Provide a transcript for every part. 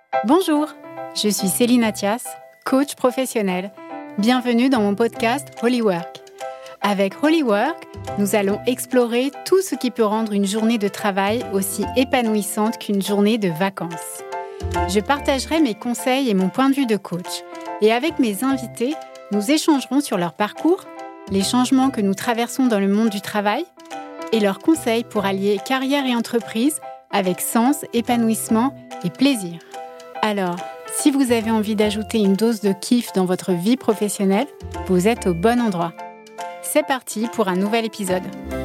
Bonjour, je suis Céline Athias, coach professionnelle. Bienvenue dans mon podcast Holy Work. Avec Holy Work, nous allons explorer tout ce qui peut rendre une journée de travail aussi épanouissante qu'une journée de vacances. Je partagerai mes conseils et mon point de vue de coach. Et avec mes invités, nous échangerons sur leur parcours, les changements que nous traversons dans le monde du travail et leurs conseils pour allier carrière et entreprise avec sens, épanouissement et plaisir. Alors, si vous avez envie d'ajouter une dose de kiff dans votre vie professionnelle, vous êtes au bon endroit. C'est parti pour un nouvel épisode.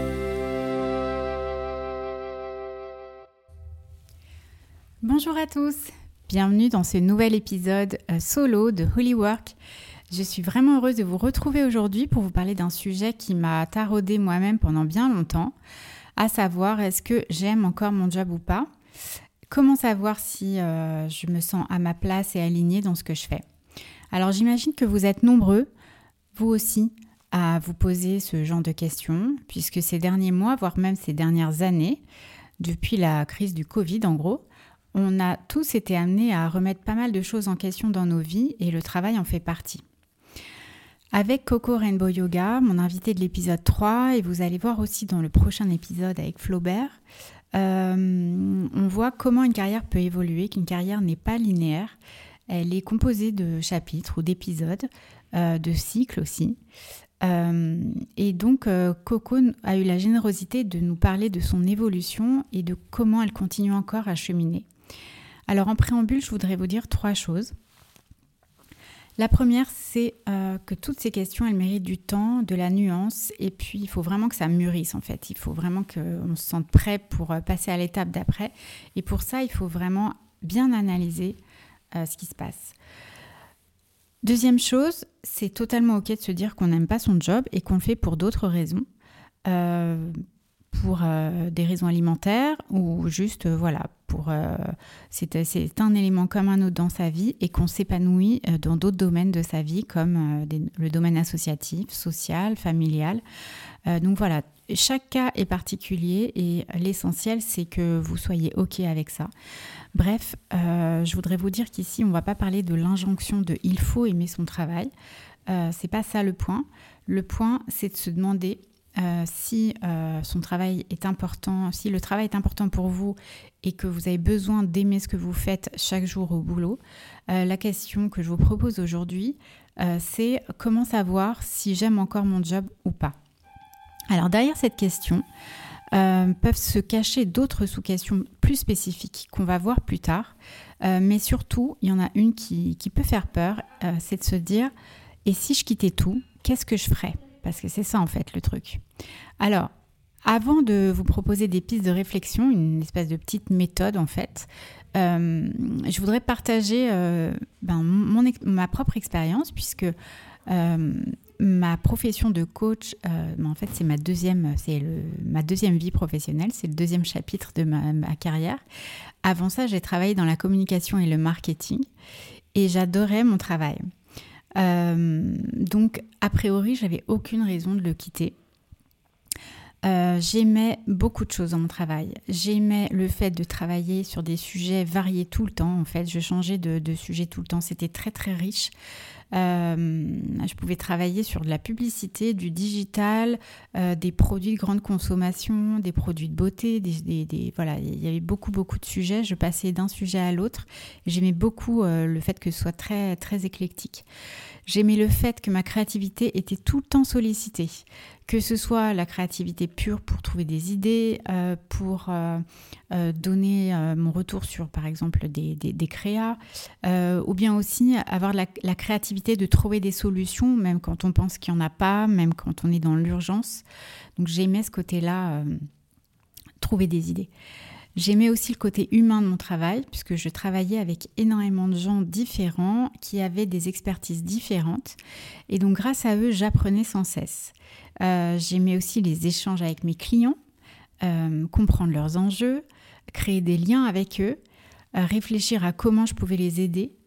Bonjour à tous, bienvenue dans ce nouvel épisode solo de Holy Work. Je suis vraiment heureuse de vous retrouver aujourd'hui pour vous parler d'un sujet qui m'a taraudé moi-même pendant bien longtemps, à savoir est-ce que j'aime encore mon job ou pas ? Comment savoir si je me sens à ma place et alignée dans ce que je fais ? Alors j'imagine que vous êtes nombreux, vous aussi, à vous poser ce genre de questions, puisque ces derniers mois, voire même ces dernières années, depuis la crise du Covid en gros, on a tous été amenés à remettre pas mal de choses en question dans nos vies et le travail en fait partie. Avec Coco Rainbow Yoga, mon invité de l'épisode 3, et vous allez voir aussi dans le prochain épisode avec Flaubert, on voit comment une carrière peut évoluer, qu'une carrière n'est pas linéaire. Elle est composée de chapitres ou d'épisodes, de cycles aussi. Et donc, Coco a eu la générosité de nous parler de son évolution et de comment elle continue encore à cheminer. Alors, en préambule, je voudrais vous dire 3 choses. La première, c'est que toutes ces questions, elles méritent du temps, de la nuance, et puis il faut vraiment que ça mûrisse en fait. Il faut vraiment qu'on se sente prêt pour passer à l'étape d'après. Et pour ça, il faut vraiment bien analyser ce qui se passe. Deuxième chose, c'est totalement OK de se dire qu'on n'aime pas son job et qu'on le fait pour d'autres raisons. Pour des raisons alimentaires ou juste c'est un élément comme un autre dans sa vie et qu'on s'épanouit dans d'autres domaines de sa vie comme le domaine associatif, social, familial. Donc voilà, chaque cas est particulier et l'essentiel c'est que vous soyez OK avec ça. Bref, je voudrais vous dire qu'ici on ne va pas parler de l'injonction de « il faut aimer son travail ». C'est pas ça le point. Le point c'est de se demander si son travail est important, si le travail est important pour vous et que vous avez besoin d'aimer ce que vous faites chaque jour au boulot, la question que je vous propose aujourd'hui, c'est comment savoir si j'aime encore mon job ou pas. Alors derrière cette question, peuvent se cacher d'autres sous-questions plus spécifiques qu'on va voir plus tard, mais surtout, il y en a une qui peut faire peur, c'est de se dire « et si je quittais tout, qu'est-ce que je ferais ?» Parce que c'est ça en fait le truc. Alors, avant de vous proposer des pistes de réflexion, une espèce de petite méthode en fait, je voudrais partager ma propre expérience puisque ma profession de coach, en fait c'est ma deuxième vie professionnelle, c'est le deuxième chapitre de ma carrière. Avant ça, j'ai travaillé dans la communication et le marketing et j'adorais mon travail. Donc a priori j'avais aucune raison de le quitter. J'aimais beaucoup de choses dans mon travail. J'aimais le fait de travailler sur des sujets variés tout le temps. En fait, je changeais de sujet tout le temps. C'était très très riche. Je pouvais travailler sur de la publicité, du digital, des produits de grande consommation, des produits de beauté, voilà, il y avait beaucoup de sujets. Je passais d'un sujet à l'autre. J'aimais beaucoup le fait que ce soit très très éclectique. J'aimais le fait que ma créativité était tout le temps sollicitée, que ce soit la créativité pure pour trouver des idées, pour donner mon retour sur, par exemple, des créas, ou bien aussi avoir la créativité de trouver des solutions, même quand on pense qu'il n'y en a pas, même quand on est dans l'urgence. Donc j'aimais ce côté-là, trouver des idées. J'aimais aussi le côté humain de mon travail, puisque je travaillais avec énormément de gens différents qui avaient des expertises différentes. Et donc, grâce à eux, j'apprenais sans cesse. J'aimais aussi les échanges avec mes clients, comprendre leurs enjeux, créer des liens avec eux, réfléchir à comment je pouvais les aider,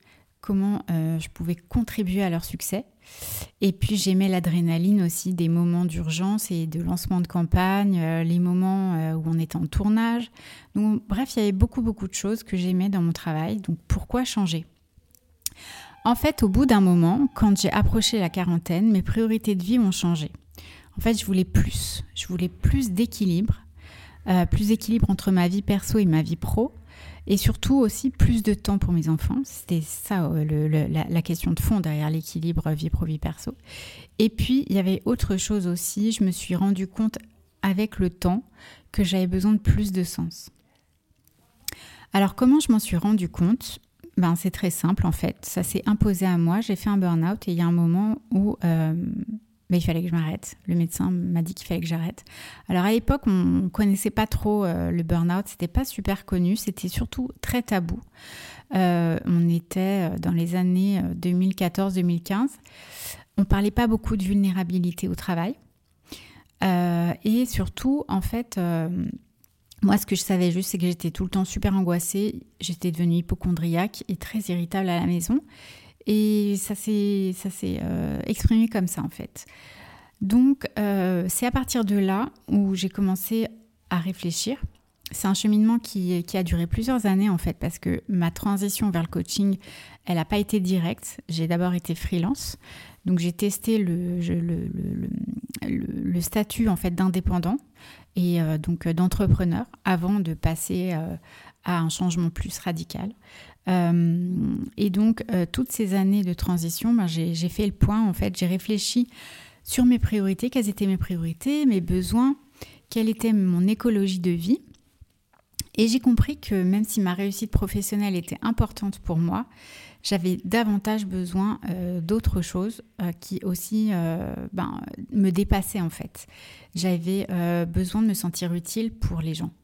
comment je pouvais contribuer à leur succès. Et puis j'aimais l'adrénaline aussi des moments d'urgence et de lancement de campagne, les moments où on était en tournage. Donc bref, il y avait beaucoup de choses que j'aimais dans mon travail. Donc pourquoi changer ? En fait, au bout d'un moment, quand j'ai approché la quarantaine, mes priorités de vie ont changé. En fait, je voulais plus d'équilibre, plus d'équilibre entre ma vie perso et ma vie pro. Et surtout aussi plus de temps pour mes enfants. C'était ça la question de fond derrière l'équilibre vie pro-vie perso. Et puis, il y avait autre chose aussi. Je me suis rendu compte avec le temps que j'avais besoin de plus de sens. Alors, comment je m'en suis rendu compte ? C'est très simple en fait. Ça s'est imposé à moi. J'ai fait un burn-out et il y a un moment où il fallait que je m'arrête. Le médecin m'a dit qu'il fallait que j'arrête. Alors à l'époque, on ne connaissait pas trop le burn-out. C'était pas super connu. C'était surtout très tabou. On était dans les années 2014-2015. On parlait pas beaucoup de vulnérabilité au travail. Et surtout, en fait, moi, ce que je savais juste, c'est que j'étais tout le temps super angoissée. J'étais devenue hypocondriaque et très irritable à la maison. Et ça s'est exprimé comme ça, en fait. Donc, c'est à partir de là où j'ai commencé à réfléchir. C'est un cheminement qui a duré plusieurs années, en fait, parce que ma transition vers le coaching, elle n'a pas été directe. J'ai d'abord été freelance. Donc, j'ai testé le statut, en fait, d'indépendant et donc d'entrepreneur avant de passer à un changement plus radical. Et donc, toutes ces années de transition, j'ai fait le point, en fait, j'ai réfléchi sur mes priorités, quelles étaient mes priorités, mes besoins, quelle était mon écologie de vie. Et j'ai compris que même si ma réussite professionnelle était importante pour moi, j'avais davantage besoin d'autres choses qui aussi me dépassaient, en fait. J'avais besoin de me sentir utile pour les gens.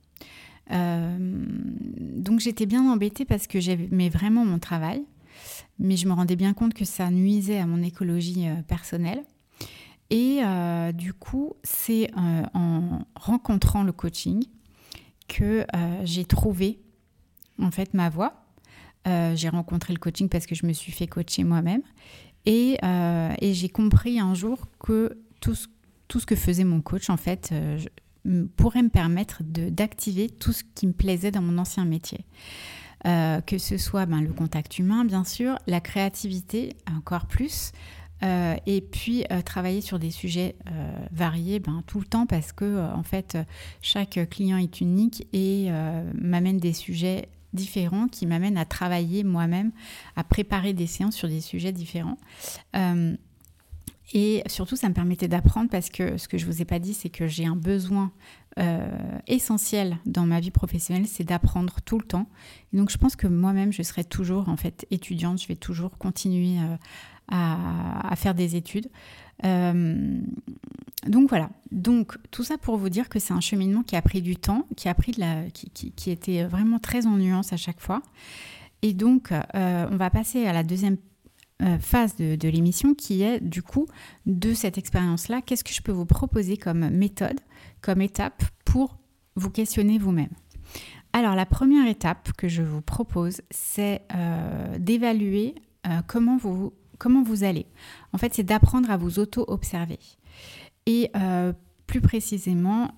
Donc j'étais bien embêtée parce que j'aimais vraiment mon travail, mais je me rendais bien compte que ça nuisait à mon écologie personnelle. Et du coup, c'est en rencontrant le coaching que j'ai trouvé en fait ma voie. J'ai rencontré le coaching parce que je me suis fait coacher moi-même et j'ai compris un jour que tout ce que faisait mon coach, en fait, pourrait me permettre d'activer tout ce qui me plaisait dans mon ancien métier. Que ce soit le contact humain, bien sûr, la créativité, encore plus, et puis travailler sur des sujets variés tout le temps parce que, en fait, chaque client est unique et m'amène des sujets différents qui m'amènent à travailler moi-même, à préparer des séances sur des sujets différents. Et surtout, ça me permettait d'apprendre parce que ce que je ne vous ai pas dit, c'est que j'ai un besoin essentiel dans ma vie professionnelle, c'est d'apprendre tout le temps. Et donc, je pense que moi-même, je serai toujours en fait étudiante. Je vais toujours continuer à faire des études. Donc voilà. Donc tout ça pour vous dire que c'est un cheminement qui a pris du temps, qui était vraiment très en nuance à chaque fois. Et donc, on va passer à la deuxième phase de l'émission qui est du coup de cette expérience-là. Qu'est-ce que je peux vous proposer comme méthode, comme étape pour vous questionner vous-même ? Alors la première étape que je vous propose, c'est d'évaluer comment vous allez. En fait, c'est d'apprendre à vous auto-observer. Et plus précisément,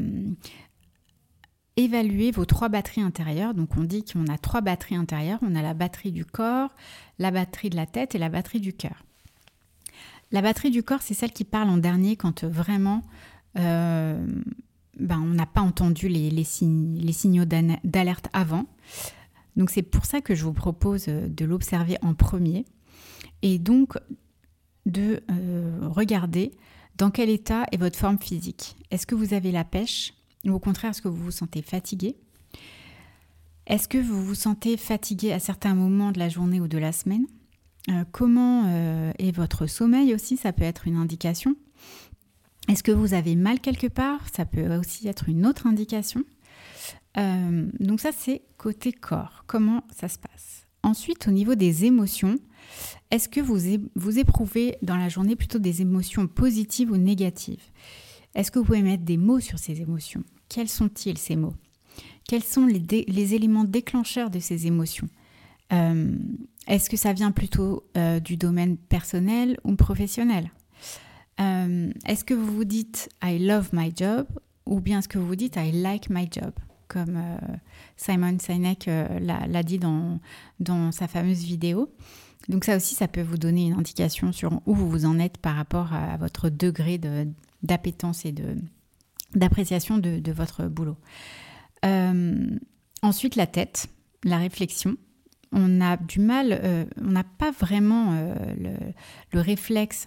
évaluer vos 3 batteries intérieures. Donc, on dit qu'on a 3 batteries intérieures. On a la batterie du corps, la batterie de la tête et la batterie du cœur. La batterie du corps, c'est celle qui parle en dernier quand vraiment on n'a pas entendu les signaux d'alerte avant. Donc, c'est pour ça que je vous propose de l'observer en premier. Et donc, de regarder dans quel état est votre forme physique. Est-ce que vous avez la pêche ? Ou au contraire, est-ce que vous vous sentez fatigué ? Est-ce que vous vous sentez fatigué à certains moments de la journée ou de la semaine ? Comment est votre sommeil aussi ? Ça peut être une indication. Est-ce que vous avez mal quelque part ? Ça peut aussi être une autre indication. Donc ça, c'est côté corps. Comment ça se passe ? Ensuite, au niveau des émotions, est-ce que vous éprouvez dans la journée plutôt des émotions positives ou négatives ? Est-ce que vous pouvez mettre des mots sur ces émotions ? Quels sont-ils ces mots ? Quels sont les éléments déclencheurs de ces émotions ? Est-ce que ça vient plutôt du domaine personnel ou professionnel ? Est-ce que vous vous dites « I love my job » ou bien est-ce que vous vous dites « I like my job » comme Simon Sinek l'a dit dans sa fameuse vidéo. Donc ça aussi, ça peut vous donner une indication sur où vous en êtes par rapport à votre degré d'appétence et d'appréciation de votre boulot. Ensuite, la tête, la réflexion. On a du mal, on n'a pas vraiment le réflexe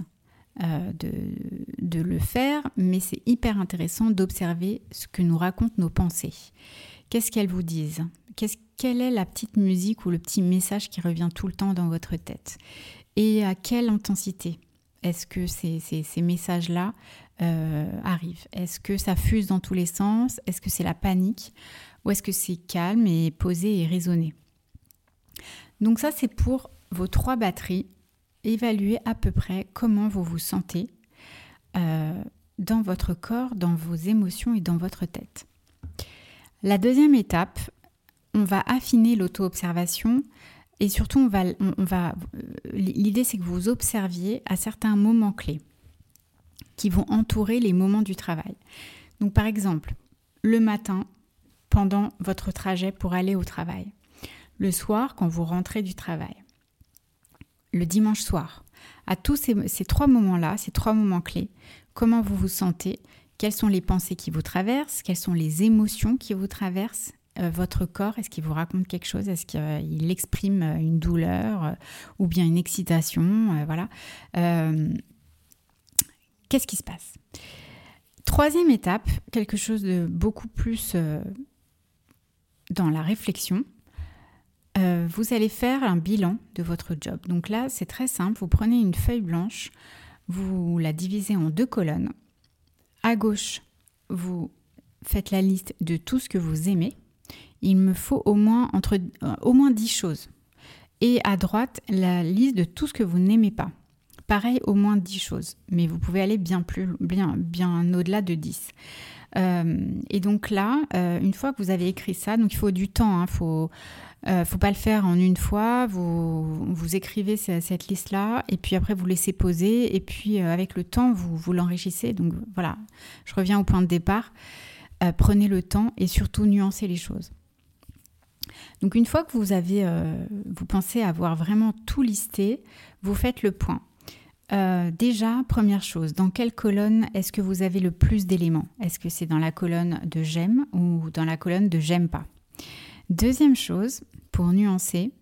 de le faire, mais c'est hyper intéressant d'observer ce que nous racontent nos pensées. Qu'est-ce qu'elles vous disent ? Quelle est la petite musique ou le petit message qui revient tout le temps dans votre tête ? Et à quelle intensité est-ce que ces messages-là arrivent ? Est-ce que ça fuse dans tous les sens ? Est-ce que c'est la panique ? Ou est-ce que c'est calme et posé et raisonné ? Donc ça, c'est pour vos 3 batteries. Évaluez à peu près comment vous vous sentez dans votre corps, dans vos émotions et dans votre tête. La deuxième étape, on va affiner l'auto-observation et surtout, l'idée, c'est que vous observiez à certains moments clés qui vont entourer les moments du travail. Donc par exemple, le matin, pendant votre trajet pour aller au travail. Le soir, quand vous rentrez du travail. Le dimanche soir. À tous ces 3 moments-là, ces 3 moments clés, comment vous vous sentez ? Quelles sont les pensées qui vous traversent ? Quelles sont les émotions qui vous traversent ? Votre corps, est-ce qu'il vous raconte quelque chose ? Est-ce qu'il exprime une douleur ou bien une excitation ? Voilà. Qu'est-ce qui se passe ? 3e étape, quelque chose de beaucoup plus dans la réflexion. Vous allez faire un bilan de votre job. Donc là, c'est très simple. Vous prenez une feuille blanche, vous la divisez en 2 colonnes. À gauche, vous faites la liste de tout ce que vous aimez. Il me faut au moins 10 choses. Et à droite, la liste de tout ce que vous n'aimez pas. Pareil, au moins 10 choses. Mais vous pouvez aller bien au-delà de 10. Et donc là, une fois que vous avez écrit ça, donc il faut du temps, faut pas le faire en une fois, vous écrivez cette liste-là et puis après vous laissez poser et puis avec le temps, vous l'enrichissez. Donc voilà, je reviens au point de départ. Prenez le temps et surtout nuancez les choses. Donc une fois que vous pensez avoir vraiment tout listé, vous faites le point. Déjà, première chose, dans quelle colonne est-ce que vous avez le plus d'éléments ? Est-ce que c'est dans la colonne de j'aime ou dans la colonne de j'aime pas ? Deuxième chose, pour nuancer,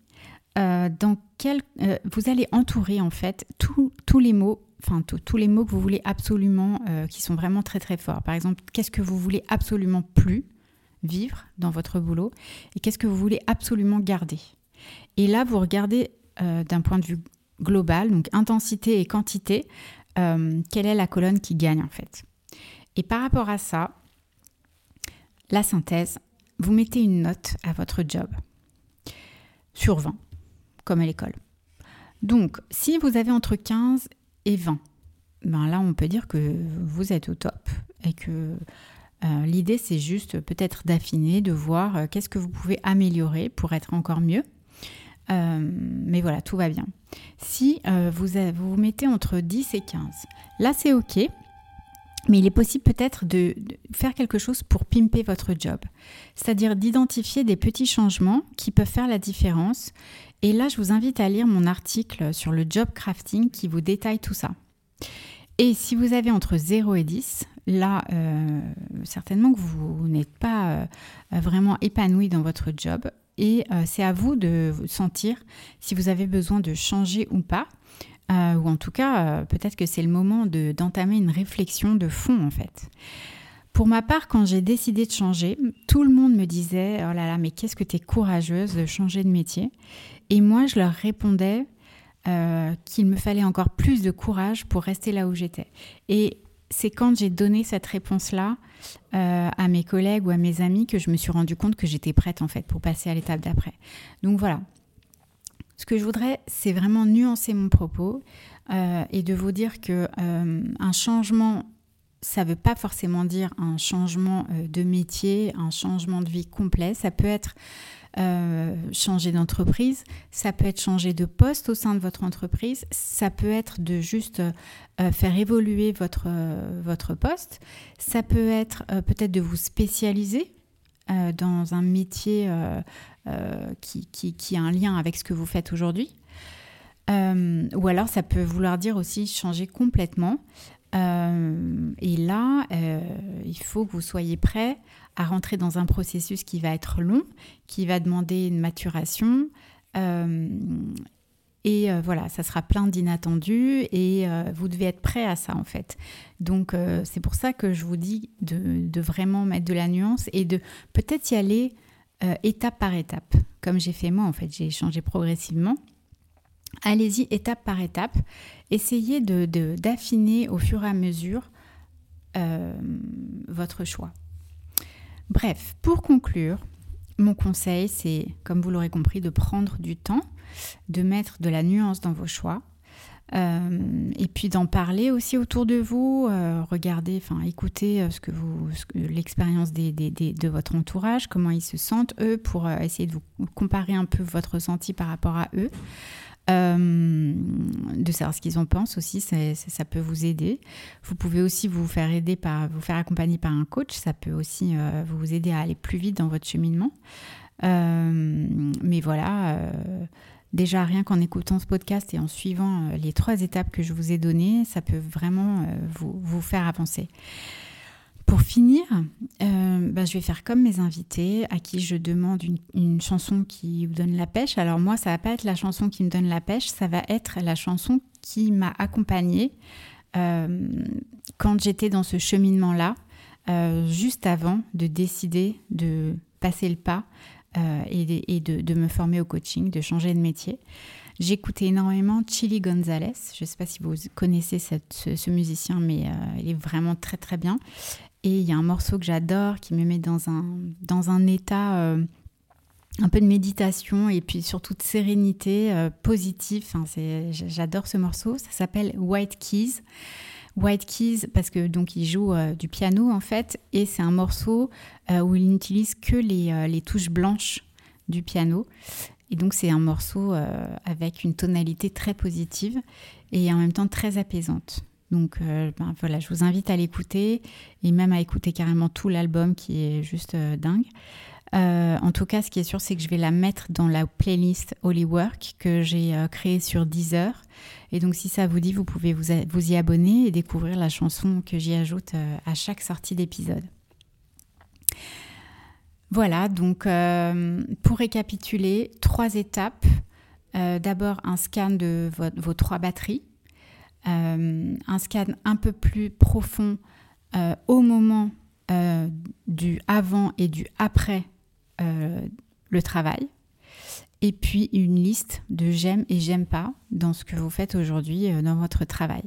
vous allez entourer en fait tous les mots, tous les mots que vous voulez absolument, qui sont vraiment très très forts. Par exemple, qu'est-ce que vous voulez absolument plus vivre dans votre boulot et qu'est-ce que vous voulez absolument garder. Et là, vous regardez d'un point de vue global, donc intensité et quantité, quelle est la colonne qui gagne en fait. Et par rapport à ça, la synthèse, vous mettez une note à votre job sur 20, comme à l'école. Donc, si vous avez entre 15 et 20, ben là, on peut dire que vous êtes au top et que l'idée, c'est juste peut-être d'affiner, de voir qu'est-ce que vous pouvez améliorer pour être encore mieux. Mais voilà, tout va bien. Si vous vous mettez entre 10 et 15, là c'est ok, mais il est possible peut-être de faire quelque chose pour pimper votre job. C'est-à-dire d'identifier des petits changements qui peuvent faire la différence. Et là, je vous invite à lire mon article sur le job crafting qui vous détaille tout ça. Et si vous avez entre 0 et 10, là, certainement que vous n'êtes pas vraiment épanoui dans votre job. Et c'est à vous de sentir si vous avez besoin de changer ou pas. Ou en tout cas, peut-être que c'est le moment d'entamer une réflexion de fond, en fait. Pour ma part, quand j'ai décidé de changer, tout le monde me disait « Oh là là, mais qu'est-ce que tu es courageuse de changer de métier ?» Et moi, je leur répondais qu'il me fallait encore plus de courage pour rester là où j'étais. Et c'est quand j'ai donné cette réponse-là à mes collègues ou à mes amis que je me suis rendu compte que j'étais prête, en fait, pour passer à l'étape d'après. Donc voilà. Ce que je voudrais, c'est vraiment nuancer mon propos et de vous dire qu'un changement, ça ne veut pas forcément dire un changement de métier, un changement de vie complet. Ça peut être changer d'entreprise, ça peut être changer de poste au sein de votre entreprise, ça peut être de juste faire évoluer votre poste, ça peut être peut-être de vous spécialiser dans un métier qui a un lien avec ce que vous faites aujourd'hui. Ou alors ça peut vouloir dire aussi changer complètement. Et là, il faut que vous soyez prêt à rentrer dans un processus qui va être long, qui va demander une maturation. Voilà, ça sera plein d'inattendus et vous devez être prêt à ça en fait. Donc c'est pour ça que je vous dis de vraiment mettre de la nuance et de peut-être y aller étape par étape. Comme j'ai fait moi en fait, j'ai changé progressivement. Allez-y étape par étape. Essayez d'affiner au fur et à mesure votre choix. Bref, pour conclure, mon conseil, c'est, comme vous l'aurez compris, de prendre du temps, de mettre de la nuance dans vos choix, et puis d'en parler aussi autour de vous, écoutez l'expérience de votre entourage, comment ils se sentent, eux, pour essayer de vous comparer un peu votre ressenti par rapport à eux. De savoir ce qu'ils en pensent aussi, ça peut vous aider. Vous pouvez aussi vous faire accompagner par un coach, ça peut aussi vous aider à aller plus vite dans votre cheminement. Mais voilà, déjà rien qu'en écoutant ce podcast et en suivant les 3 étapes que je vous ai données, ça peut vraiment vous faire avancer. Pour finir, je vais faire comme mes invités à qui je demande une chanson qui vous donne la pêche. Alors moi, ça ne va pas être la chanson qui me donne la pêche, ça va être la chanson qui m'a accompagnée quand j'étais dans ce cheminement-là, juste avant de décider de passer le pas et de me former au coaching, de changer de métier. J'écoutais énormément Chilly González. Je ne sais pas si vous connaissez ce musicien, mais il est vraiment très très bien. Et il y a un morceau que j'adore qui me met dans un état un peu de méditation et puis surtout de sérénité positive. J'adore ce morceau. Ça s'appelle White Keys. White Keys parce que donc il joue du piano en fait et c'est un morceau où il n'utilise que les touches blanches du piano. Et donc c'est un morceau avec une tonalité très positive et en même temps très apaisante. Donc voilà, je vous invite à l'écouter et même à écouter carrément tout l'album qui est juste dingue. En tout cas, ce qui est sûr, c'est que je vais la mettre dans la playlist Holy Work que j'ai créée sur Deezer. Et donc, si ça vous dit, vous pouvez vous y abonner et découvrir la chanson que j'y ajoute à chaque sortie d'épisode. Voilà, donc pour récapituler, 3 étapes. D'abord, un scan de vos 3 batteries. Un scan un peu plus profond au moment du avant et du après le travail. Et puis une liste de j'aime et j'aime pas dans ce que vous faites aujourd'hui dans votre travail.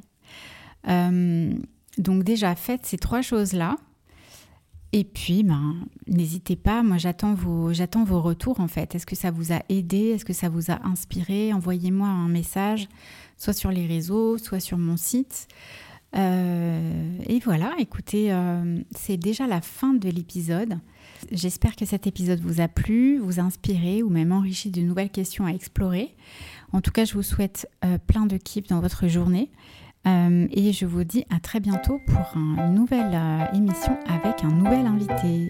Donc déjà, faites ces 3 choses-là. Et puis, n'hésitez pas, moi j'attends vos retours en fait. Est-ce que ça vous a aidé? Est-ce que ça vous a inspiré? Envoyez-moi un message, soit sur les réseaux, soit sur mon site. Et voilà, écoutez, c'est déjà la fin de l'épisode. J'espère que cet épisode vous a plu, vous a inspiré ou même enrichi de nouvelles questions à explorer. En tout cas, je vous souhaite plein de kiff dans votre journée. Et je vous dis à très bientôt pour une nouvelle émission avec un nouvel invité.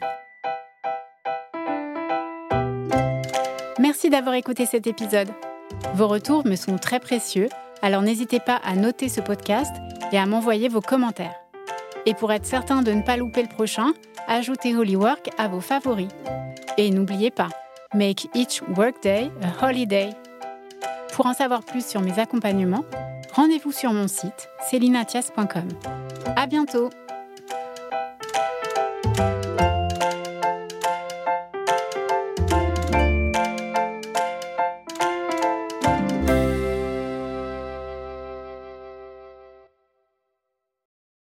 Merci d'avoir écouté cet épisode. Vos retours me sont très précieux, alors n'hésitez pas à noter ce podcast et à m'envoyer vos commentaires. Et pour être certain de ne pas louper le prochain, ajoutez Holy Work à vos favoris. Et n'oubliez pas, make each workday a holiday. Pour en savoir plus sur mes accompagnements, rendez-vous sur mon site celinatias.com. À bientôt!